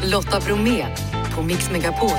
Lotta Bromé på Mix Megapol.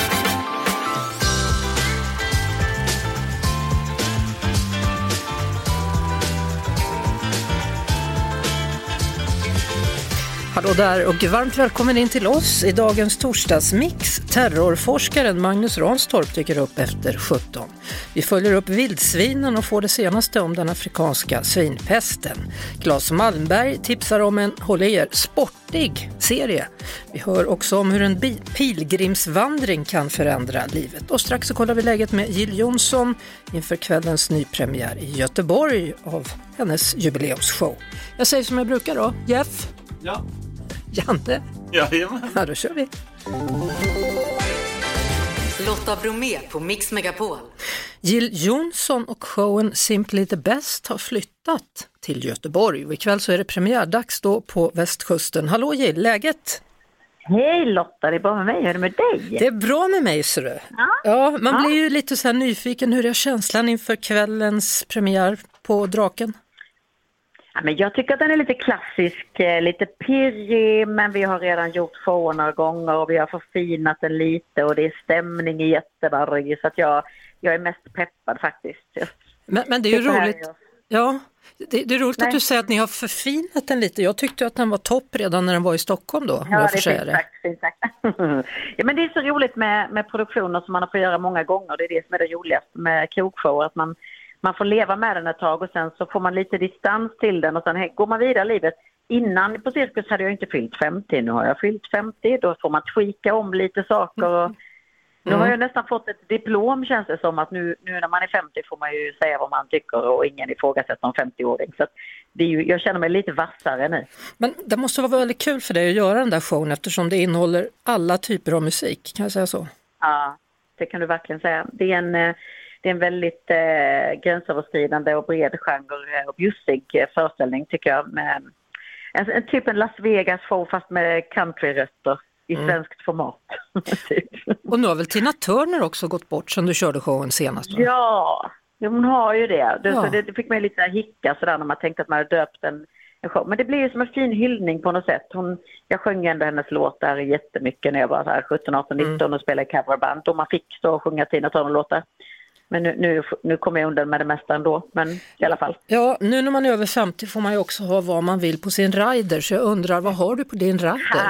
Hallå där och varmt välkommen in till oss i dagens torsdagsmix. Terrorforskaren Magnus Ranstorp dyker upp efter 17. Vi följer upp vildsvinen och får det senaste om den afrikanska svinpesten. Claes Malmberg tipsar om en, håll i er, sportig serie. Vi hör också om hur en pilgrimsvandring kan förändra livet. Och strax så kollar vi läget med Jill Johnson inför kvällens nypremiär i Göteborg av hennes jubileumsshow. Jag säger som jag brukar då, Jeff. Ja. Janne? Ja, då kör vi. Lotta Bromé på Mix Megapol. Jill Johnson och showen Simply the Best har flyttat till Göteborg. Och ikväll så är det premiärdags då på västkusten. Hallå Jill, läget? Hej Lotta, det är bra med mig. Hur är det med dig? Det är bra med mig, ser du. Ja, man blir ju lite så här nyfiken. Hur är känslan inför kvällens premiär på Draken? Ja, men jag tycker att den är lite klassisk, lite pirrig, men vi har redan gjort showen några gånger och vi har förfinat den lite och det är stämning i Göteborg, så att jag är mest peppad faktiskt. Men det är ju roligt. Ja, det är roligt att du säger att ni har förfinat den lite. Jag tyckte att den var topp redan när den var i Stockholm då. Ja, det är fint sagt. Ja, men det är så roligt med produktioner som man får göra många gånger. Det är det som är det roligaste med krogshow, att man får leva med den ett tag och sen så får man lite distans till den och sen går man vidare i livet. Innan på Cirkus hade jag inte fyllt 50, nu har jag fyllt 50, då får man tweaka om lite saker och nu har jag nästan fått ett diplom, känns det som, att nu när man är 50 får man ju säga vad man tycker och ingen ifrågasätter om 50-åring, så att det är ju, jag känner mig lite vassare nu. Men det måste vara väldigt kul för dig att göra den där showen eftersom det innehåller alla typer av musik, kan jag säga så? Ja, det kan du verkligen säga. Det är en väldigt gränsöverskridande och bred genre och bjussig föreställning tycker jag. Med en typ en Las Vegas show fast med countryrötter i svenskt format. Typ. Och nu har väl Tina Turner också gått bort som du körde showen senast, va? Ja, hon har ju det. Det fick mig lite hicka sådär när man tänkte att man hade döpt en show. Men det blir ju som en fin hyllning på något sätt. Jag sjöng ändå hennes låtar jättemycket när jag var så här 17, 18, 19 och spelade i coverband. Och man fick stå och sjunga Tina Turner-låtar. Men nu kommer jag undan med det mesta ändå, men i alla fall. Ja, nu när man är över 50 får man ju också ha vad man vill på sin rider, så jag undrar, vad har du på din rider?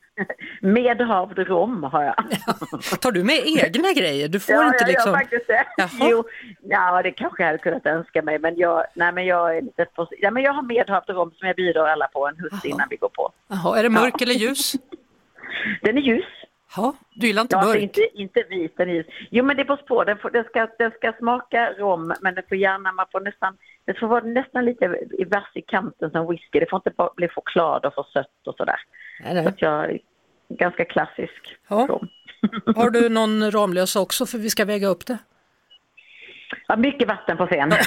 Medhavd rom har jag. Tar du med egna grejer? Du får inte liksom... Ja, faktiskt det. Jo, det kanske jag hade kunnat önska mig, men jag är lite men jag har medhavd rom som jag bjuder alla på en huss innan vi går på. Jaha, är det mörk eller ljus? Den är ljus. Ja, du gillar inte mörk? Inte vit, den är ljus. Jo, men det är på spår. Den ska smaka rom, men det får gärna, det får vara nästan lite i vers i kanten som whisky. Det får inte bara bli choklad och för sött och sådär. Nej. Så att jag är ganska klassisk. Ja. Har du någon Ramlösa också, för vi ska väga upp det? Ja, mycket vatten på scen.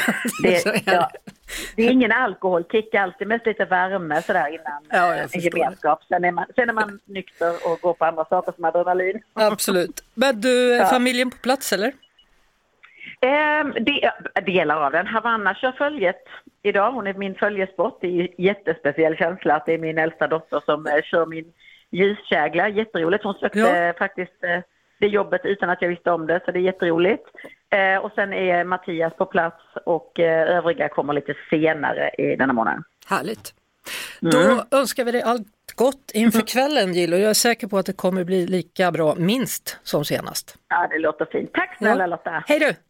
Det är ingen alkoholkick alls, det är mest lite värme sådär innan en gemenskap. Sen är man nykter och går på andra saker som adrenalin. Absolut. Men du, är familjen på plats eller? Delar av den. Havanna kör följet idag. Hon är min följesport. Det är en jättespeciell känsla att det är min äldsta dotter som kör min ljuskägla. Jätteroligt. Hon sökte faktiskt det jobbet utan att jag visste om det, så det är jätteroligt. Och sen är Mattias på plats och övriga kommer lite senare i denna månaden. Härligt. Då önskar vi dig allt gott inför kvällen, Jill, och jag är säker på att det kommer bli lika bra minst som senast. Ja, det låter fint. Tack snälla Lotta. Hej du!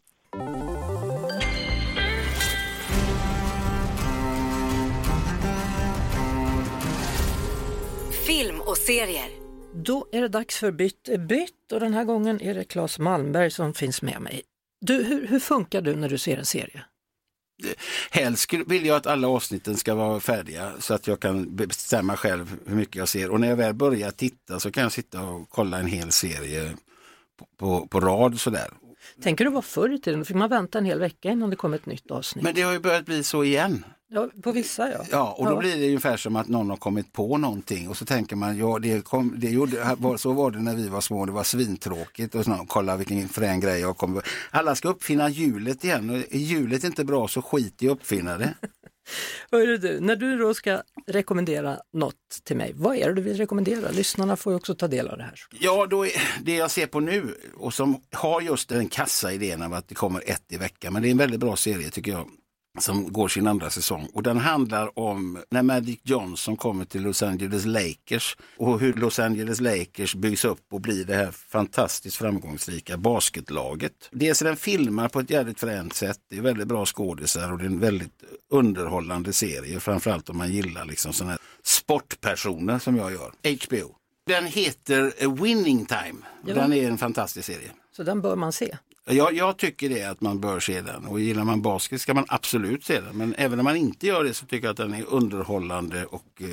Film och serier. Då är det dags för bytt och den här gången är det Claes Malmberg som finns med mig. Du, hur funkar du när du ser en serie? Helst vill jag att alla avsnitten ska vara färdiga så att jag kan bestämma själv hur mycket jag ser. Och när jag väl börjar titta så kan jag sitta och kolla en hel serie på rad sådär. Tänker du vara förr i tiden? Då fick man vänta en hel vecka innan det kom ett nytt avsnitt. Men det har ju börjat bli så igen. Ja, på vissa Ja, och då blir det ungefär som att någon har kommit på någonting och så tänker man, så var det när vi var små, det var svintråkigt och kolla vilken frän grej jag kommer. Alla ska uppfinna hjulet igen och är hjulet inte bra så skit i uppfinna det. Hörru du, när du då ska rekommendera något till mig. Vad är det du vill rekommendera? Lyssnarna får ju också ta del av det här. Ja, då är det jag ser på nu och som har just den kassa idén av att det kommer ett i veckan. Men det är en väldigt bra serie tycker jag som går sin andra säsong. Och den handlar om när Magic Johnson kommer till Los Angeles Lakers och hur Los Angeles Lakers byggs upp och blir det här fantastiskt framgångsrika basketlaget. Dels är den filmar på ett jävligt fränt sätt. Det är väldigt bra skådisar och det är en väldigt underhållande serie. Framförallt om man gillar liksom sådana här sportpersoner som jag gör. HBO. Den heter Winning Time. Ja. Den är en fantastisk serie. Så den bör man se. Jag tycker det att man bör se den och gillar man basket ska man absolut se den. Men även om man inte gör det så tycker jag att den är underhållande och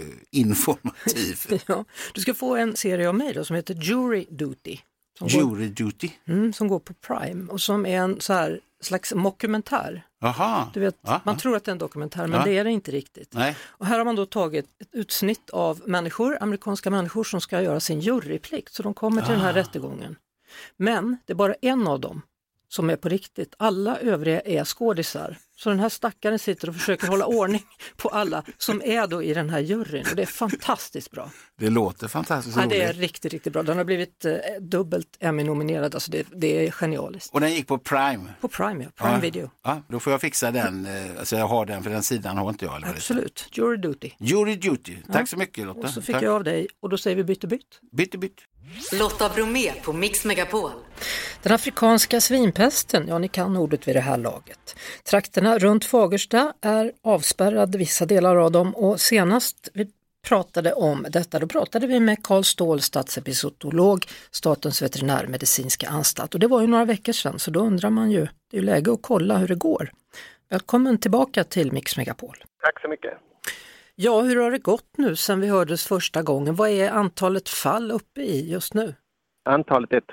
informativ. Ja, du ska få en serie av mig då, som heter Jury Duty. Duty? Som går på Prime och som är en så här slags mockumentär. Aha. Du vet, man tror att det är en dokumentär men det är det inte riktigt. Nej. Och här har man då tagit ett utsnitt av människor, amerikanska människor som ska göra sin juryplikt. Så de kommer till den här rättegången. Men det är bara en av dem som är på riktigt. Alla övriga är skådisar. Så den här stackaren sitter och försöker hålla ordning på alla som är då i den här juryn. Och det är fantastiskt bra. Det låter fantastiskt ja, roligt. det är riktigt, riktigt bra. Den har blivit dubbelt Emmy-nominerad. Alltså det är genialiskt. Och den gick på Prime? På Prime, ja. Prime Video. Ja, då får jag fixa den. Alltså jag har den för den sidan har inte jag. Eller absolut. Jury Duty. Jury Duty. Tack så mycket Lotta. Och så fick jag av dig och då säger vi bytt. Bytt. Lotta Bromé på Mix Megapol. Den afrikanska svinpesten, ja ni kan ordet vid det här laget. Trakterna runt Fagersta är avspärrade, vissa delar av dem, och senast vi pratade om detta, då pratade vi med Carl Ståhl, statsepizootolog, Statens veterinärmedicinska anstalt, och det var ju några veckor sedan, så då undrar man ju, det är ju läge att kolla hur det går. Välkommen tillbaka till Mix Megapol. Tack så mycket. Ja, hur har det gått nu sedan vi hördes första gången? Vad är antalet fall uppe i just nu? Antalet är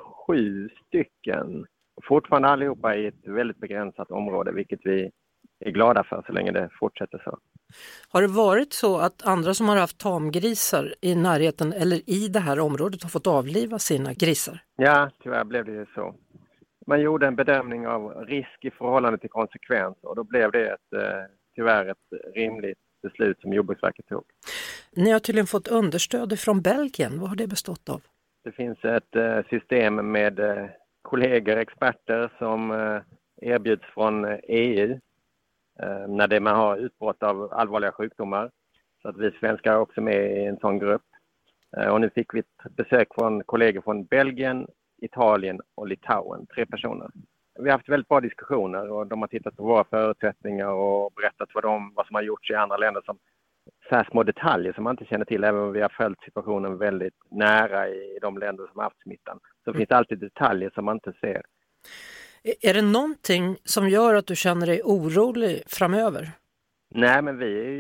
37 stycken. Fortfarande allihopa i ett väldigt begränsat område, vilket vi är glada för så länge det fortsätter så. Har det varit så att andra som har haft tamgrisar i närheten eller i det här området har fått avliva sina grisar? Ja, tyvärr blev det ju så. Man gjorde en bedömning av risk i förhållande till konsekvens och då blev det tyvärr ett rimligt beslut som Jordbruksverket tog. Ni har tydligen fått understöd från Belgien. Vad har det bestått av? Det finns ett system med kollegor, experter som erbjuds från EU när man har utbrott av allvarliga sjukdomar. Så att vi svenskar är också med i en sån grupp. Och nu fick vi ett besök från kollegor från Belgien, Italien och Litauen. 3 personer. Vi har haft väldigt bra diskussioner och de har tittat på våra förutsättningar och berättat vad som har gjorts i andra länder som så här små detaljer som man inte känner till, även om vi har följt situationen väldigt nära i de länder som har haft smittan. Så finns det alltid detaljer som man inte ser. Är det någonting som gör att du känner dig orolig framöver? Nej, men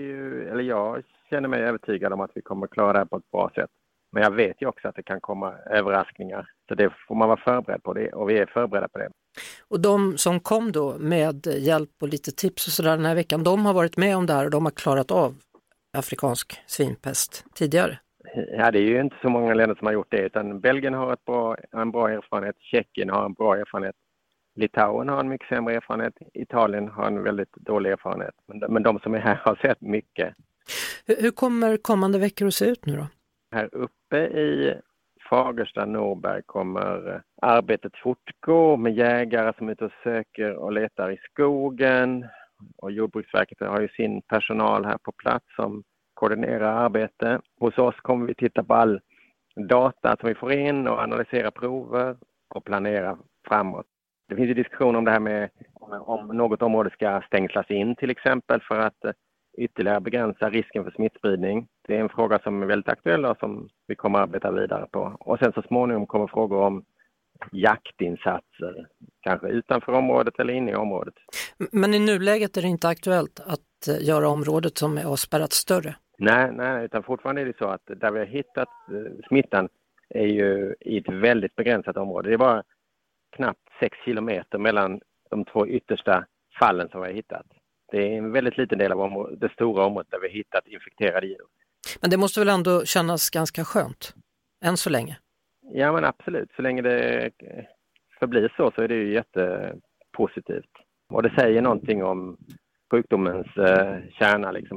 jag känner mig övertygad om att vi kommer klara det här på ett bra sätt. Men jag vet ju också att det kan komma överraskningar. Så det får man vara förberedd på det och vi är förberedda på det. Och de som kom då med hjälp och lite tips och sådär den här veckan, de har varit med om det här och de har klarat av afrikansk svinpest tidigare? Ja, det är ju inte så många länder som har gjort det, utan Belgien har en bra erfarenhet, Tjeckien har en bra erfarenhet, Litauen har en mycket sämre erfarenhet, Italien har en väldigt dålig erfarenhet. Men de som är här har sett mycket. Hur kommer kommande veckor att se ut nu då? Här uppe i Fagersta, Norberg kommer arbetet fortgå med jägare som är ute och söker och letar i skogen. Och Jordbruksverket har ju sin personal här på plats som koordinerar arbete. Hos oss kommer vi titta på all data som vi får in och analysera prover och planera framåt. Det finns ju diskussion om det här med om något område ska stängslas in till exempel för att ytterligare begränsa risken för smittspridning. Det är en fråga som är väldigt aktuell och som vi kommer att arbeta vidare på. Och sen så småningom kommer frågor om jaktinsatser, kanske utanför området eller inne i området. Men i nuläget är det inte aktuellt att göra området som är avspärrat större? Nej, utan fortfarande är det så att där vi har hittat smittan är ju i ett väldigt begränsat område. Det är bara knappt 6 kilometer mellan de 2 yttersta fallen som vi har hittat. Det är en väldigt liten del av det stora området där vi har hittat infekterade djur. Men det måste väl ändå kännas ganska skönt, än så länge? Ja, men absolut. Så länge det förblir så är det ju jättepositivt. Och det säger någonting om sjukdomens kärna, liksom, att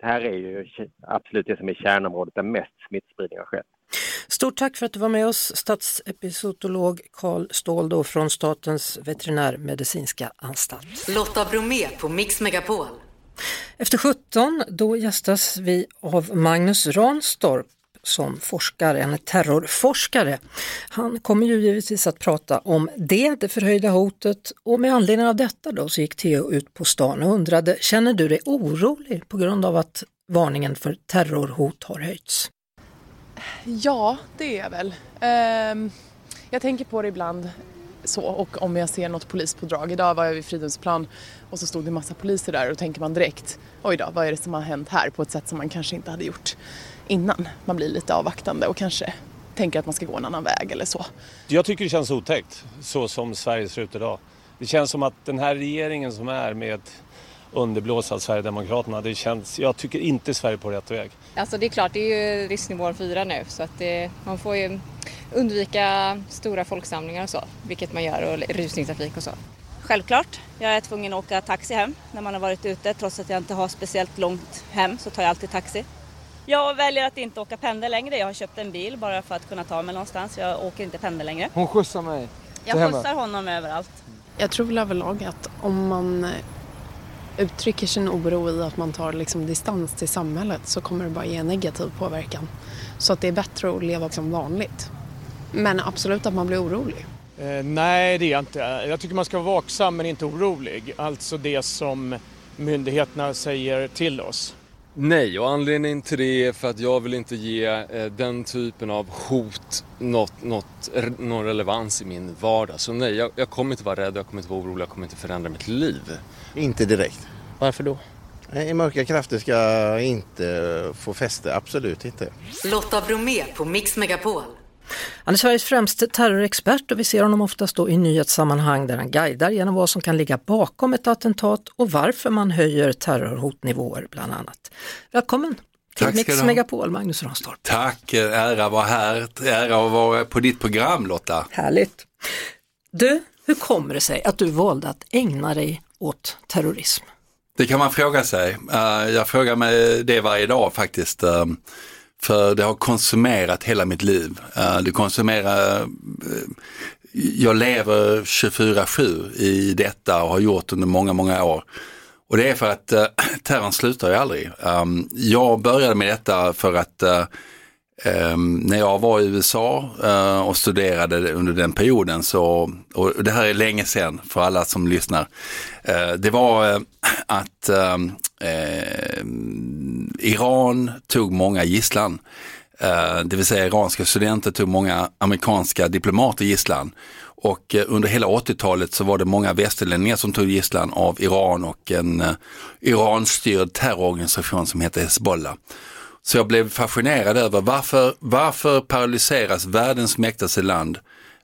Det här är ju absolut det som är kärnområdet där mest smittspridning har skett. Stort tack för att du var med oss, statsepizootolog Carl Ståhl då från Statens veterinärmedicinska anstalt. Lotta Bromé på Mix Megapol. Efter 17 då gästas vi av Magnus Ranstorp som forskare, en terrorforskare. Han kommer ju givetvis att prata om det förhöjda hotet, och med anledning av detta då så gick Theo ut på stan och undrade: känner du dig orolig på grund av att varningen för terrorhot har höjts? Ja, det är jag väl. Jag tänker på det ibland så, och om jag ser något polispådrag. Idag var jag vid Fridhemsplan och så stod det en massa poliser där, och tänker man direkt, oj då, vad är det som har hänt här, på ett sätt som man kanske inte hade gjort innan. Man blir lite avvaktande och kanske tänker att man ska gå en annan väg eller så. Jag tycker det känns otäckt så som Sverige ser ut idag. Det känns som att den här regeringen som är med underblåsa av Sverigedemokraterna, jag tycker inte Sverige är på rätt väg. Alltså det är klart, det är ju risknivån 4 nu, så att man får ju undvika stora folksamlingar och så, vilket man gör, och rusningstrafik och så. Självklart, jag är tvungen att åka taxi hem när man har varit ute. Trots att jag inte har speciellt långt hem så tar jag alltid taxi. Jag väljer att inte åka pendel längre. Jag har köpt en bil bara för att kunna ta mig någonstans. Jag åker inte pendel längre. Hon skjutsar mig. Jag skjutsar honom överallt. Jag tror väl överlag att om man uttrycker sin oro i att man tar liksom distans till samhället, så kommer det bara ge en negativ påverkan. Så att det är bättre att leva som vanligt. Men absolut att man blir orolig. Nej, det är jag inte. Jag tycker man ska vara vaksam men inte orolig. Alltså det som myndigheterna säger till oss. Nej, och anledningen till det är för att jag vill inte ge den typen av hot någon relevans i min vardag. Så nej, jag kommer inte vara rädd, jag kommer inte vara orolig, jag kommer inte förändra mitt liv. Inte direkt. Varför då? Nej, mörka krafter ska inte få fäste, absolut inte. Lotta Bromé på Mix Megapol. Han är Sveriges främste terrorexpert, och vi ser honom oftast då i nyhetssammanhang där han guidar genom vad som kan ligga bakom ett attentat och varför man höjer terrorhotnivåer bland annat. Välkommen till Mix Megapol, Magnus Ranstorp. Tack, ära att vara här, ära att vara på ditt program, Lotta. Härligt. Du, hur kommer det sig att du valde att ägna dig åt terrorism? Det kan man fråga sig. Jag frågar mig det varje dag faktiskt. För det har konsumerat hela mitt liv. Jag lever 24/7 i detta och har gjort under många, många år. Och det är för att terrorn slutar ju aldrig. Jag började med detta för att när jag var i USA och studerade under den perioden, och det här är länge sedan för alla som lyssnar, det var att Iran tog många gisslan, det vill säga iranska studenter tog många amerikanska diplomater gisslan, och under hela 80-talet så var det många västerlänningar som tog gisslan av Iran och en Iran-styrd terrororganisation som heter Hezbollah. Så jag blev fascinerad över varför paralyseras världens mäktigaste land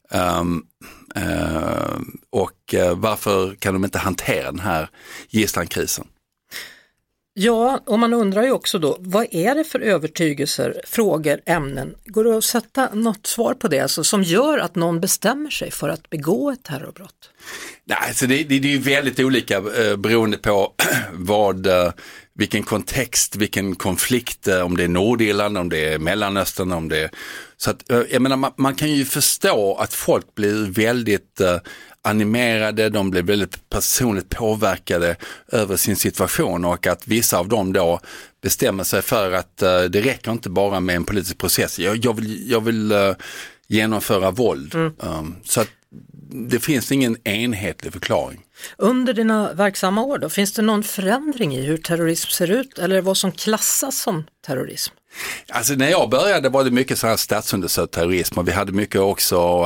och varför kan de inte hantera den här gisslankrisen? Ja, och man undrar ju också då, vad är det för övertygelser, frågor, ämnen? Går det att sätta något svar på det alltså, som gör att någon bestämmer sig för att begå ett terrorbrott? Nej, så det är ju väldigt olika beroende på vilken kontext, vilken konflikt, om det är Nordirland, om det är Mellanöstern, om det är... Så att, jag menar, man kan ju förstå att folk blir väldigt animerade, de blir väldigt personligt påverkade över sin situation, och att vissa av dem då bestämmer sig för att det räcker inte bara med en politisk process. Jag vill genomföra våld. Så att det finns ingen enhetlig förklaring. Under dina verksamma år då, finns det någon förändring i hur terrorism ser ut eller vad som klassas som terrorism? Alltså när jag började var det mycket så här statsunderstödd terrorism, och vi hade mycket också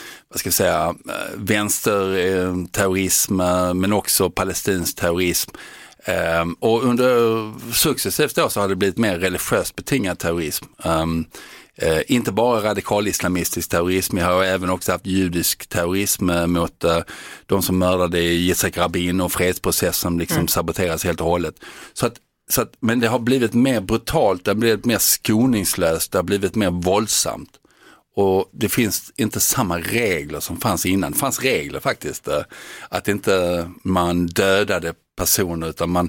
vänsterterrorism men också palestinsk terrorism. Och under successivt då så har det blivit mer religiöst betingad terrorism. Inte bara radikal-islamistisk terrorism, vi har även också haft judisk terrorism mot de som mördade Yitzhak Rabin och fredsprocessen liksom saboteras helt och hållet. Så att, men det har blivit mer brutalt, det har blivit mer skoningslöst, det har blivit mer våldsamt. Och det finns inte samma regler som fanns innan. Det fanns regler faktiskt, att inte man dödade personer utan man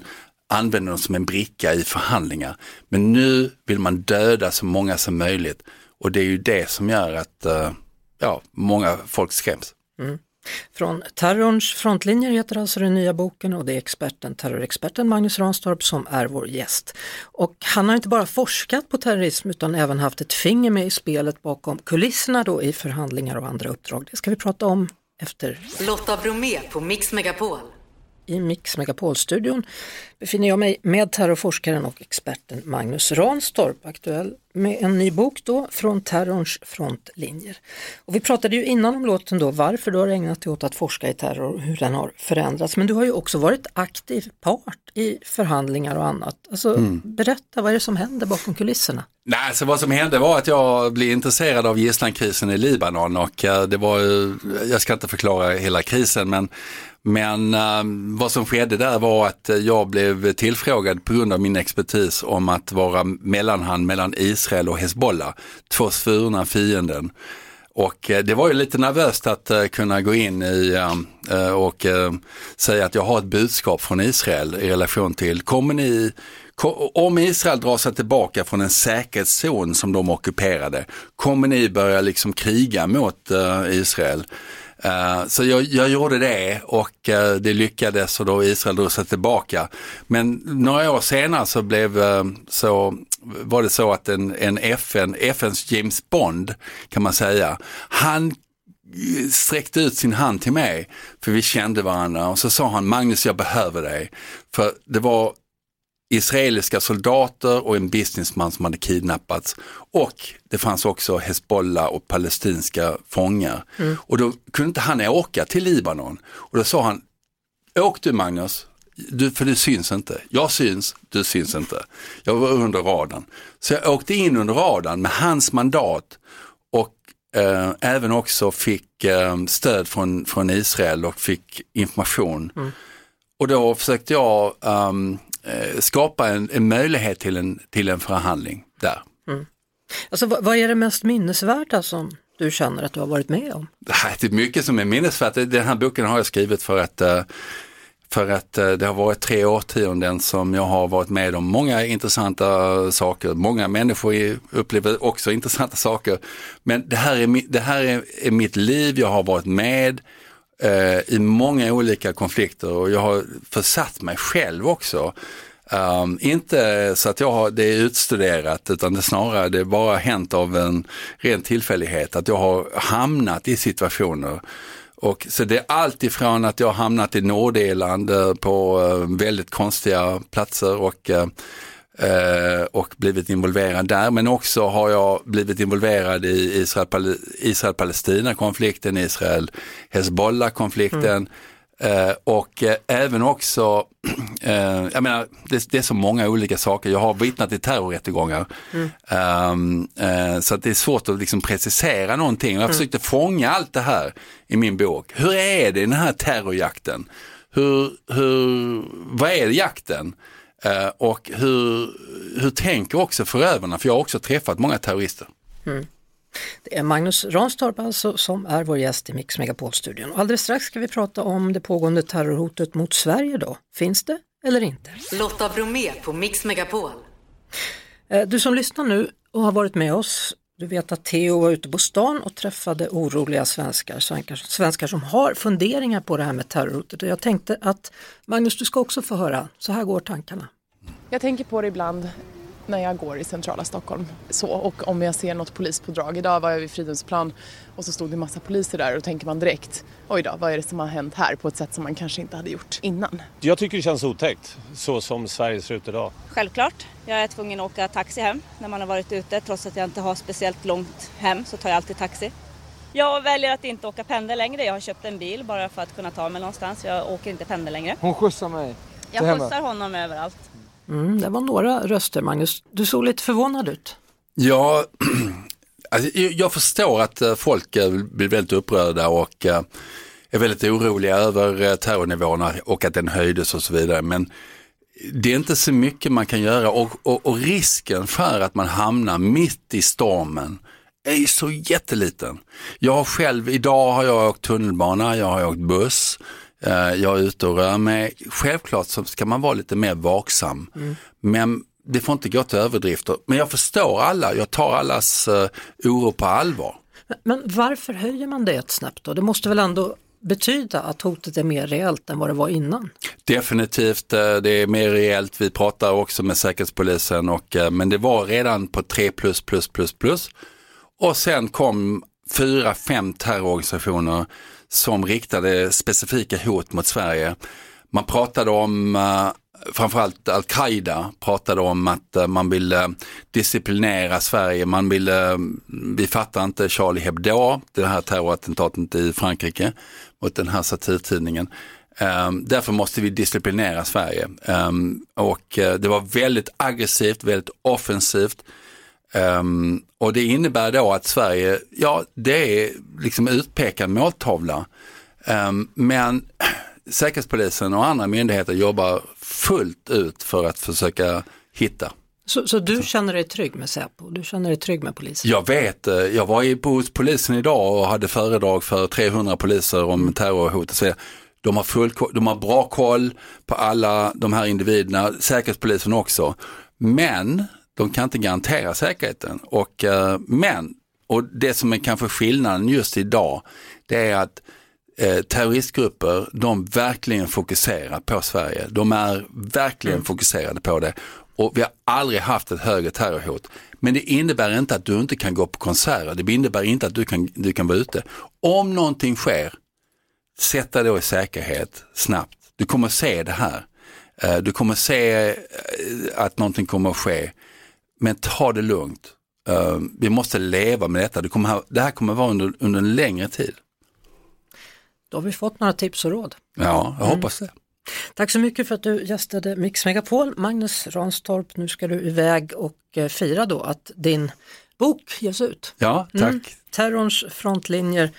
använder dem som en bricka i förhandlingar. Men nu vill man döda så många som möjligt. Och det är ju det som gör att många folk skräms. Mm. Från terrorns frontlinjer heter alltså den nya boken, och det är terrorexperten Magnus Ranstorp som är vår gäst. Och han har inte bara forskat på terrorism utan även haft ett finger med i spelet bakom kulisserna då i förhandlingar och andra uppdrag. Det ska vi prata om efter. Lotta Bromé på Mix Megapol. I Mix Megapol-studion befinner jag mig med terrorforskaren och experten Magnus Ranstorp, aktuell med en ny bok då, Från terrorns frontlinjer. Och vi pratade ju innan om låten då, varför du har ägnat dig åt att forska i terror och hur den har förändrats. Men du har ju också varit aktiv part i förhandlingar och annat. Alltså, berätta, vad är det som händer bakom kulisserna? Nej, så vad som hände var att jag blev intresserad av gisslankrisen i Libanon, och det var, jag ska inte förklara hela krisen, men vad som skedde där var att jag blev tillfrågad på grund av min expertis om att vara mellanhand mellan Israel och Hezbollah, två svurna fienden. Och det var ju lite nervöst att kunna gå in i och säga att jag har ett budskap från Israel i relation till, om Israel drar sig tillbaka från en säkerhetszon som de ockuperade, kommer ni börja liksom kriga mot Israel? Så jag gjorde det, och det lyckades, och då Israel drog sig tillbaka. Men några år senare var det så att en FNs James Bond, kan man säga, han sträckte ut sin hand till mig, för vi kände varandra, och så sa han: Magnus, jag behöver dig. För det var israeliska soldater och en businessman som hade kidnappats, och det fanns också Hezbollah och palestinska fångar. Och då kunde inte han åka till Libanon, och då sa han: åk du, Magnus, för du syns inte. Jag syns, du syns inte. Jag var under radarn. Så jag åkte in under radarn med hans mandat, och även också fick stöd från Israel och fick information. Och då försökte jag skapa en möjlighet till en förhandling där. Alltså, vad är det mest minnesvärda som du känner att du har varit med om? Det är mycket som är minnesvärt. Den här boken har jag skrivit för att det har varit 3 årtionden som jag har varit med om många intressanta saker. Många människor upplever också intressanta saker. Men det här är mitt liv. Jag har varit med i många olika konflikter, och jag har försatt mig själv också. Inte så att det är utstuderat, utan det är bara hänt av en ren tillfällighet att jag har hamnat i situationer. Och så det är allt ifrån att jag har hamnat i Nordirland på väldigt konstiga platser och blivit involverad där, men också har jag blivit involverad i Israel-Palestina-konflikten, Israel-Hezbollah-konflikten, och även också jag menar, det är så många olika saker. Jag har vittnat i terrorrättegångar, så att det är svårt att liksom precisera någonting. Jag försökte fånga allt det här i min bok. Hur är det i den här terrorjakten? Vad är jakten? Och hur tänker också förövarna? För jag har också träffat många terrorister. Det är Magnus Ranstorp alltså som är vår gäst i Mix Megapol-studion. Alldeles strax ska vi prata om det pågående terrorhotet mot Sverige då. Finns det eller inte? Lotta Bromé på Mix Megapol. Du som lyssnar nu och har varit med oss, du vet att Theo var ute på stan och träffade oroliga svenskar som har funderingar på det här med terrorhotet. Och jag tänkte att Magnus, du ska också få höra. Så här går tankarna. Jag tänker på det ibland när jag går i centrala Stockholm. Och om jag ser något polispådrag. Idag var jag vid Fridhemsplan och så stod det en massa poliser där, och tänker man direkt: oj då, vad är det som har hänt här, på ett sätt som man kanske inte hade gjort innan. Jag tycker det känns otäckt, så som Sverige ser ut idag. Självklart. Jag är tvungen att åka taxi hem när man har varit ute. Trots att jag inte har speciellt långt hem så tar jag alltid taxi. Jag väljer att inte åka pendel längre. Jag har köpt en bil bara för att kunna ta mig någonstans. Jag åker inte pendel längre. Hon skjutsar mig. Jag skjutsar honom överallt. Det var några röster, Magnus. Du såg lite förvånad ut. Ja, alltså, jag förstår att folk blir väldigt upprörda och är väldigt oroliga över terrornivåerna och att den höjdes och så vidare. Men det är inte så mycket man kan göra, och risken för att man hamnar mitt i stormen är ju så jätteliten. Idag har jag åkt tunnelbana, jag har åkt buss, jag är ute och rör mig. Självklart så ska man vara lite mer vaksam. Men det får inte gå till överdrifter. Men jag förstår alla, jag tar allas oro på allvar. Men varför höjer man det ett snabbt då? Det måste väl ändå betyda att hotet är mer reellt än vad det var innan? Definitivt, det är mer reellt. Vi pratar också med Säkerhetspolisen, men det var redan på 3++++. Och sen kom 4-5 terrororganisationer som riktade specifika hot mot Sverige. Man pratade om, framförallt Al-Qaida pratade om att man ville disciplinera Sverige. Vi fattar inte Charlie Hebdo, det här terrorattentatet i Frankrike mot den här satirtidningen. Därför måste vi disciplinera Sverige. Och det var väldigt aggressivt, väldigt offensivt. Och det innebär då att Sverige, det är liksom utpekad måltavla. Men Säkerhetspolisen och andra myndigheter jobbar fullt ut för att försöka hitta. Så du känner dig trygg med Säpo? Du känner dig trygg med polisen? Jag vet, jag var hos polisen idag och hade föredrag för 300 poliser om terrorhot. Så de har bra koll på alla de här individerna, Säkerhetspolisen också. Men de kan inte garantera säkerheten. Och det som är kanske skillnaden just idag, det är att terroristgrupper, de verkligen fokuserar på Sverige. De är verkligen fokuserade på det. Och vi har aldrig haft ett högre terrorhot. Men det innebär inte att du inte kan gå på konserter. Det innebär inte att du kan vara ute. Om någonting sker, sätt dig då i säkerhet snabbt. Du kommer se det här. Du kommer se att någonting kommer att ske. Men ta det lugnt. Vi måste leva med detta. Det här kommer att vara under en längre tid. Då har vi fått några tips och råd. Ja, jag hoppas det. Tack så mycket för att du gästade Mix Megapol. Magnus Ranstorp, nu ska du iväg och fira då att din bok ges ut. Ja, tack. Terrorns frontlinjer,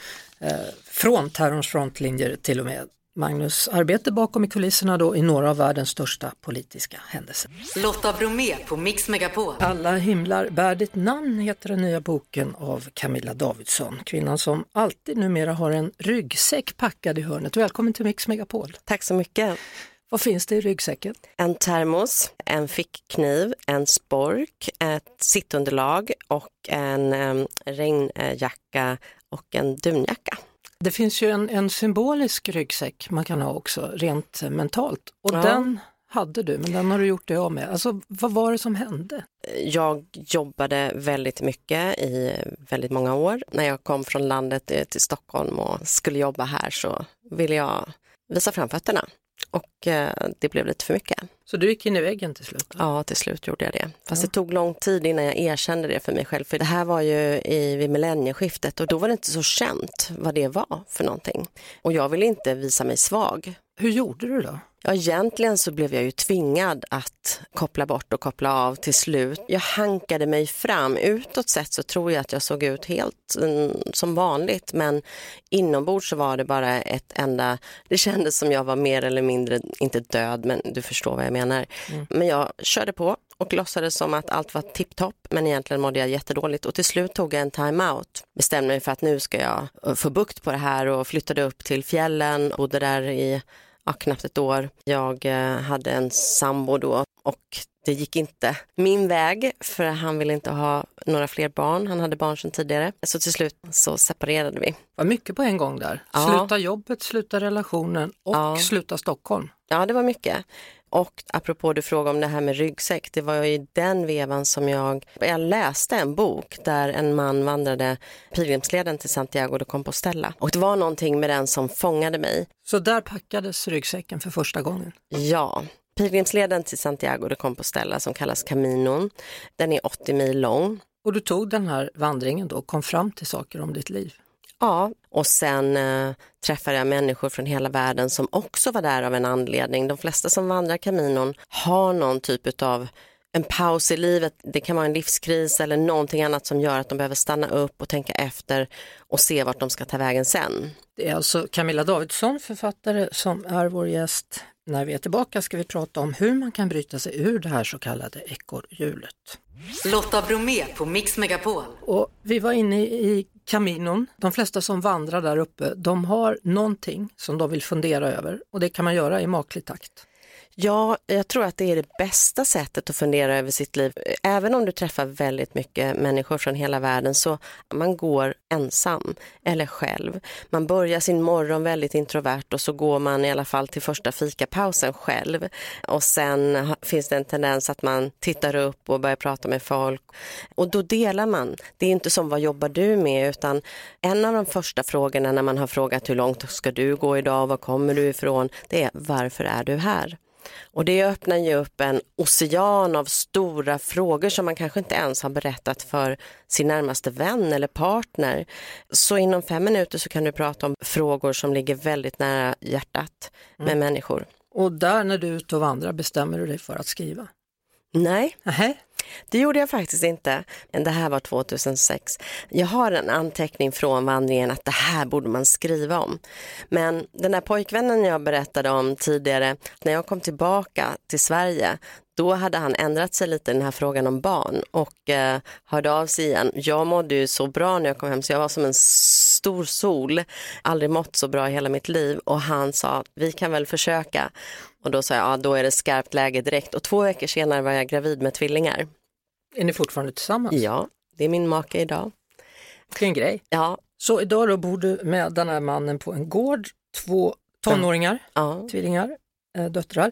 från terrorns frontlinjer till och med. Magnus arbete bakom i kulisserna då i några av världens största politiska händelser. Lotta Bromé på Mix Megapol. Alla himlar bär ditt namn heter den nya boken av Camilla Davidsson. Kvinnan som alltid numera har en ryggsäck packad i hörnet. Välkommen till Mix Megapol. Tack så mycket. Vad finns det i ryggsäcken? En termos, en fickkniv, en spork, ett sittunderlag och en regnjacka och en dunjacka. Det finns ju en symbolisk ryggsäck man kan ha också, rent mentalt. Och den hade du, men den har du gjort det av med. Alltså, vad var det som hände? Jag jobbade väldigt mycket i väldigt många år. När jag kom från landet till Stockholm och skulle jobba här så ville jag visa framfötterna. Och det blev lite för mycket. Så du gick in i väggen till slut? Ja, till slut gjorde jag det. Fast det tog lång tid innan jag erkände det för mig själv. För det här var ju vid millennieskiftet och då var det inte så känt vad det var för någonting. Och jag ville inte visa mig svag. Hur gjorde du då? Ja, egentligen så blev jag ju tvingad att koppla bort och koppla av till slut. Jag hankade mig fram. Utåt sett så tror jag att jag såg ut helt som vanligt. Men inombords så var det bara ett enda... Det kändes som jag var mer eller mindre, inte död, men du förstår vad jag menar. Men jag körde på och låtsades som att allt var tipptopp. Men egentligen mådde jag jättedåligt. Och till slut tog jag en time-out. Bestämde mig för att nu ska jag få bukt på det här och flyttade upp till fjällen. Bodde där i... knappt ett år. Jag hade en sambo då och det gick inte min väg för han ville inte ha några fler barn. Han hade barn sedan tidigare. Så till slut så separerade vi. Var mycket på en gång där. Ja. Sluta jobbet, sluta relationen och sluta Stockholm. Ja, det var mycket. Och apropå du frågade om det här med ryggsäck, det var ju i den vevan som jag läste en bok där en man vandrade pilgrimsleden till Santiago de Compostela. Och det var någonting med den som fångade mig. Så där packades ryggsäcken för första gången? Ja, pilgrimsleden till Santiago de Compostela som kallas Caminon, den är 80 mil lång. Och du tog den här vandringen då och kom fram till saker om ditt liv? Ja, och sen träffade jag människor från hela världen som också var där av en anledning. De flesta som vandrar Caminon har någon typ av en paus i livet. Det kan vara en livskris eller någonting annat som gör att de behöver stanna upp och tänka efter och se vart de ska ta vägen sen. Det är alltså Camilla Davidsson, författare, som är vår gäst. När vi är tillbaka ska vi prata om hur man kan bryta sig ur det här så kallade ekorrhjulet. Lotta Bromé på Mix Megapol. Och vi var inne i Caminon. De flesta som vandrar där uppe, de har någonting som de vill fundera över. Och det kan man göra i maklig takt. Ja, jag tror att det är det bästa sättet att fundera över sitt liv. Även om du träffar väldigt mycket människor från hela världen, så man går ensam eller själv. Man börjar sin morgon väldigt introvert och så går man i alla fall till första fikapausen själv. Och sen finns det en tendens att man tittar upp och börjar prata med folk. Och då delar man. Det är inte som vad jobbar du med, utan en av de första frågorna när man har frågat hur långt ska du gå idag, var kommer du ifrån, det är varför är du här? Och det öppnar ju upp en ocean av stora frågor som man kanske inte ens har berättat för sin närmaste vän eller partner. Så inom 5 minuter så kan du prata om frågor som ligger väldigt nära hjärtat med människor. Och där när du är ute och vandrar bestämmer du dig för att skriva? Nej. Det gjorde jag faktiskt inte. Det här var 2006. Jag har en anteckning från vandringen att det här borde man skriva om. Men den där pojkvännen jag berättade om tidigare, när jag kom tillbaka till Sverige, då hade han ändrat sig lite i den här frågan om barn och hörde av sig igen. Jag mådde ju så bra när jag kom hem, så jag var som en stor sol. Aldrig mått så bra i hela mitt liv. Och han sa, vi kan väl försöka. Och då sa jag, ja, då är det skarpt läge direkt. Och 2 veckor senare var jag gravid med tvillingar. Är ni fortfarande tillsammans? Ja, det är min make idag. Det är en grej. Ja. Så idag då bor du med den här mannen på en gård, 2 tonåringar, tvillingar, döttrar.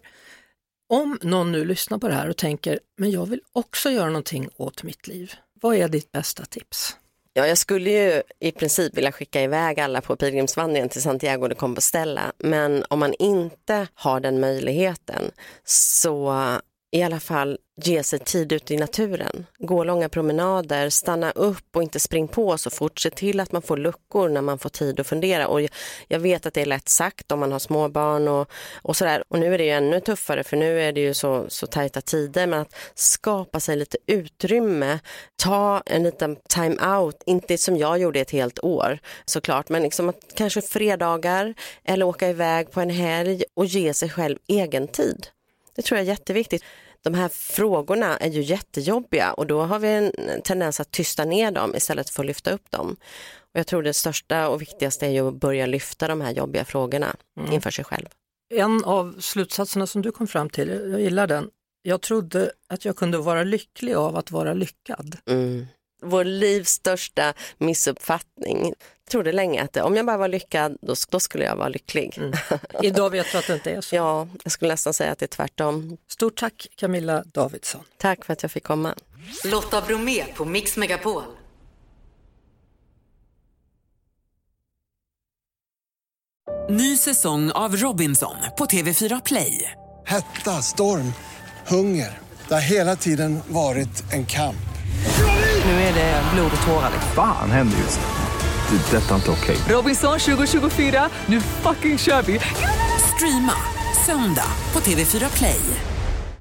Om någon nu lyssnar på det här och tänker, men jag vill också göra någonting åt mitt liv. Vad är ditt bästa tips? Ja, jag skulle ju i princip vilja skicka iväg alla på pilgrimsvandringen till Santiago de Compostela. Men om man inte har den möjligheten, så i alla fall ge sig tid ute i naturen. Gå långa promenader, stanna upp och inte spring på så fort. Se till att man får luckor när man får tid att fundera. Och jag vet att det är lätt sagt om man har småbarn och sådär. Och nu är det ju ännu tuffare, för nu är det ju så tajta tider. Men att skapa sig lite utrymme, ta en liten time out. Inte som jag gjorde ett helt år såklart, men liksom att kanske fredagar eller åka iväg på en helg och ge sig själv egen tid. Det tror jag är jätteviktigt. De här frågorna är ju jättejobbiga och då har vi en tendens att tysta ner dem istället för att lyfta upp dem. Och jag tror det största och viktigaste är ju att börja lyfta de här jobbiga frågorna inför sig själv. En av slutsatserna som du kom fram till, jag gillar den. Jag trodde att jag kunde vara lycklig av att vara lyckad. Vår livs största missuppfattning. Jag trodde länge att om jag bara var lyckad, då skulle jag vara lycklig. Idag vet du att det inte är så. Ja, jag skulle nästan säga att det är tvärtom. Stort tack Camilla Davidsson. Tack för att jag fick komma. Lotta Bromé på Mix Megapol. Ny säsong av Robinson på TV4 Play. Hetta, storm, hunger. Det har hela tiden varit en kamp. Nu är det blod och tårar. Fan händer just det. Detta är inte okej. Robinson 2024, nu fucking kör vi. Streama söndag på TV4 Play.